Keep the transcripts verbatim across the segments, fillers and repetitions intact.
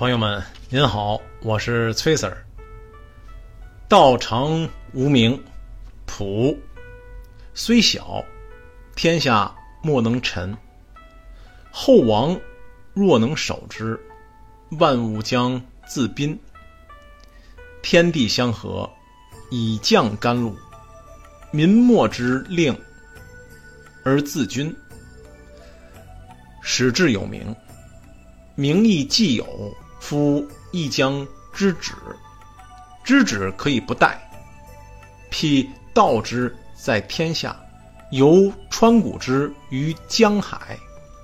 朋友们您好，我是崔 Sir。 道常无名，朴虽小，天下莫能臣。后王若能守之，万物将自宾。天地相合，以降甘露，民莫之令而自君。始至有名，名亦既有，夫亦将知止。知止可以不殆，辟道之在天下，犹川谷之于江海。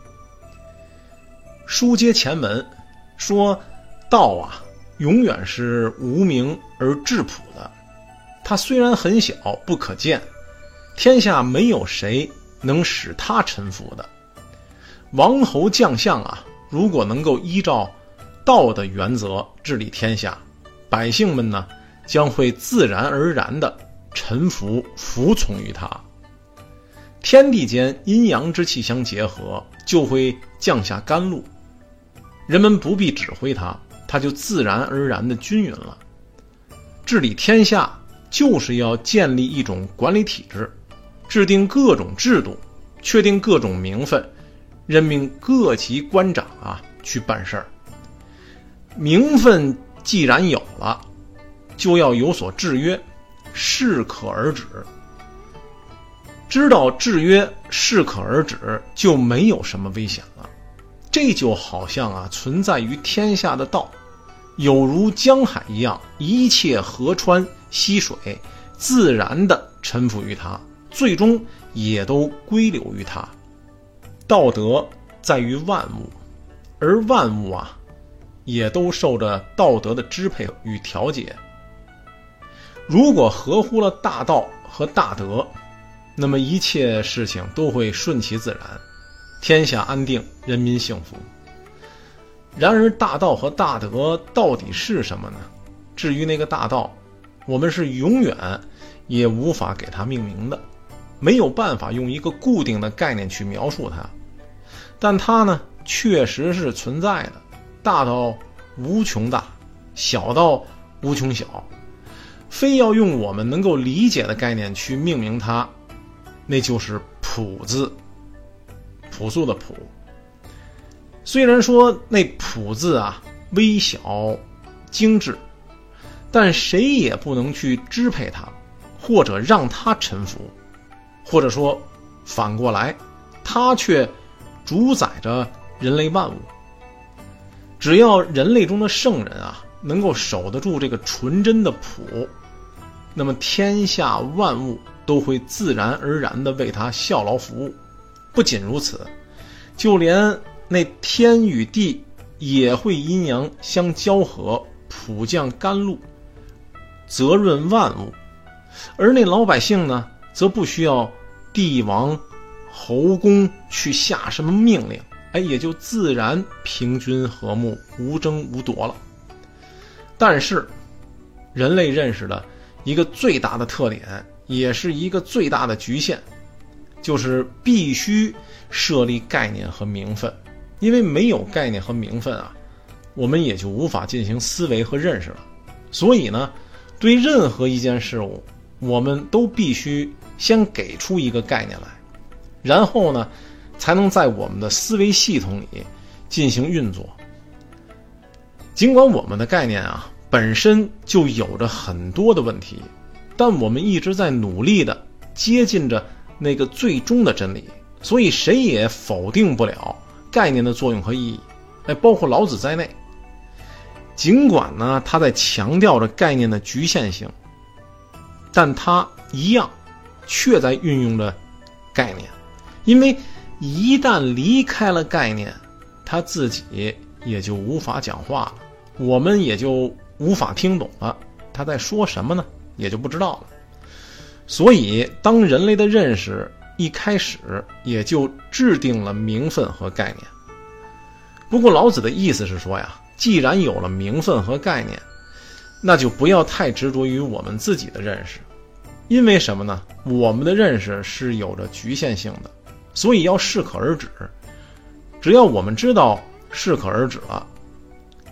书接前文，说道啊永远是无名而质朴的，它虽然很小不可见，天下没有谁能使它臣服的。王侯将相啊，如果能够依照道的原则治理天下，百姓们呢将会自然而然地臣服服从于他。天地间阴阳之气相结合，就会降下甘露，人们不必指挥它，它就自然而然地均匀了。治理天下就是要建立一种管理体制，制定各种制度，确定各种名分，任命各级官长啊去办事儿。名分既然有了，就要有所制约，适可而止。知道制约适可而止，就没有什么危险了。这就好像啊存在于天下的道，有如江海一样，一切河川溪水自然地臣服于它，最终也都归流于它。道德在于万物，而万物啊也都受着道德的支配与调节。如果合乎了大道和大德，那么一切事情都会顺其自然，天下安定，人民幸福。然而大道和大德到底是什么呢？至于那个大道，我们是永远也无法给它命名的，没有办法用一个固定的概念去描述它。但它呢确实是存在的，大到无穷大，小到无穷小，非要用我们能够理解的概念去命名它，那就是朴字，朴素的朴。虽然说那朴字啊微小精致，但谁也不能去支配它，或者让它臣服，或者说反过来，它却主宰着人类万物。只要人类中的圣人啊能够守得住这个纯真的朴，那么天下万物都会自然而然地为他效劳服务。不仅如此，就连那天与地也会阴阳相交合，普降甘露，泽润万物。而那老百姓呢，则不需要帝王侯公去下什么命令，哎，也就自然平均和睦，无争无夺了。但是人类认识的一个最大的特点，也是一个最大的局限，就是必须设立概念和名分。因为没有概念和名分啊，我们也就无法进行思维和认识了。所以呢，对任何一件事物，我们都必须先给出一个概念来，然后呢才能在我们的思维系统里进行运作。尽管我们的概念啊本身就有着很多的问题，但我们一直在努力的接近着那个最终的真理，所以谁也否定不了概念的作用和意义，哎，包括老子在内。尽管呢他在强调着概念的局限性，但他一样却在运用着概念。因为一旦离开了概念，他自己也就无法讲话了，我们也就无法听懂了，他在说什么呢，也就不知道了。所以当人类的认识一开始也就制定了名分和概念。不过老子的意思是说呀，既然有了名分和概念，那就不要太执着于我们自己的认识。因为什么呢？我们的认识是有着局限性的，所以要适可而止。只要我们知道适可而止了，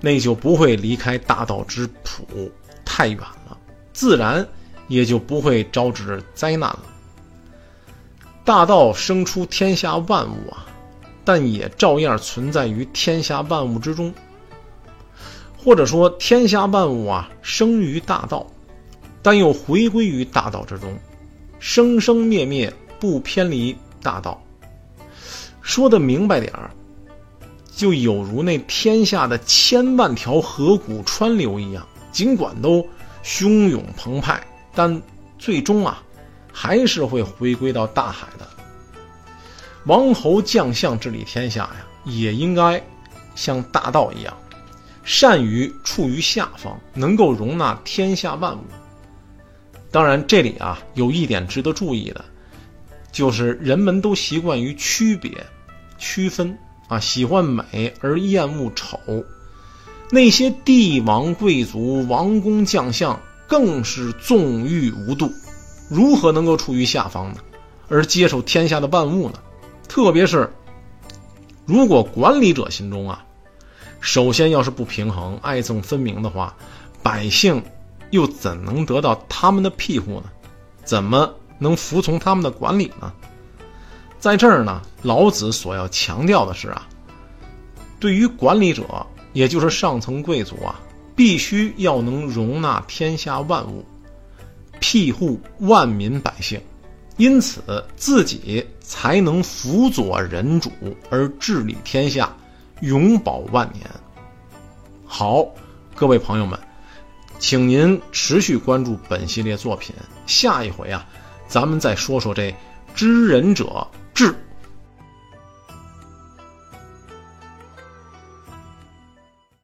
那就不会离开大道之谱太远了，自然也就不会招致灾难了。大道生出天下万物啊，但也照样存在于天下万物之中。或者说天下万物啊生于大道，但又回归于大道之中，生生灭灭不偏离大道。说得明白点儿，就有如那天下的千万条河谷川流一样，尽管都汹涌澎湃，但最终啊还是会回归到大海的。王侯将相治理天下呀，也应该像大道一样，善于处于下方，能够容纳天下万物。当然这里啊有一点值得注意的，就是人们都习惯于区别区分啊，喜欢美而厌恶丑。那些帝王贵族王公将相更是纵欲无度，如何能够处于下方呢，而接受天下的万物呢？特别是如果管理者心中啊首先要是不平衡爱憎分明的话，百姓又怎能得到他们的庇护呢？怎么能服从他们的管理呢？在这儿呢，老子所要强调的是啊，对于管理者，也就是上层贵族啊，必须要能容纳天下万物，庇护万民百姓，因此自己才能辅佐人主而治理天下，永保万年。好，各位朋友们，请您持续关注本系列作品，下一回啊，咱们再说说这知人者智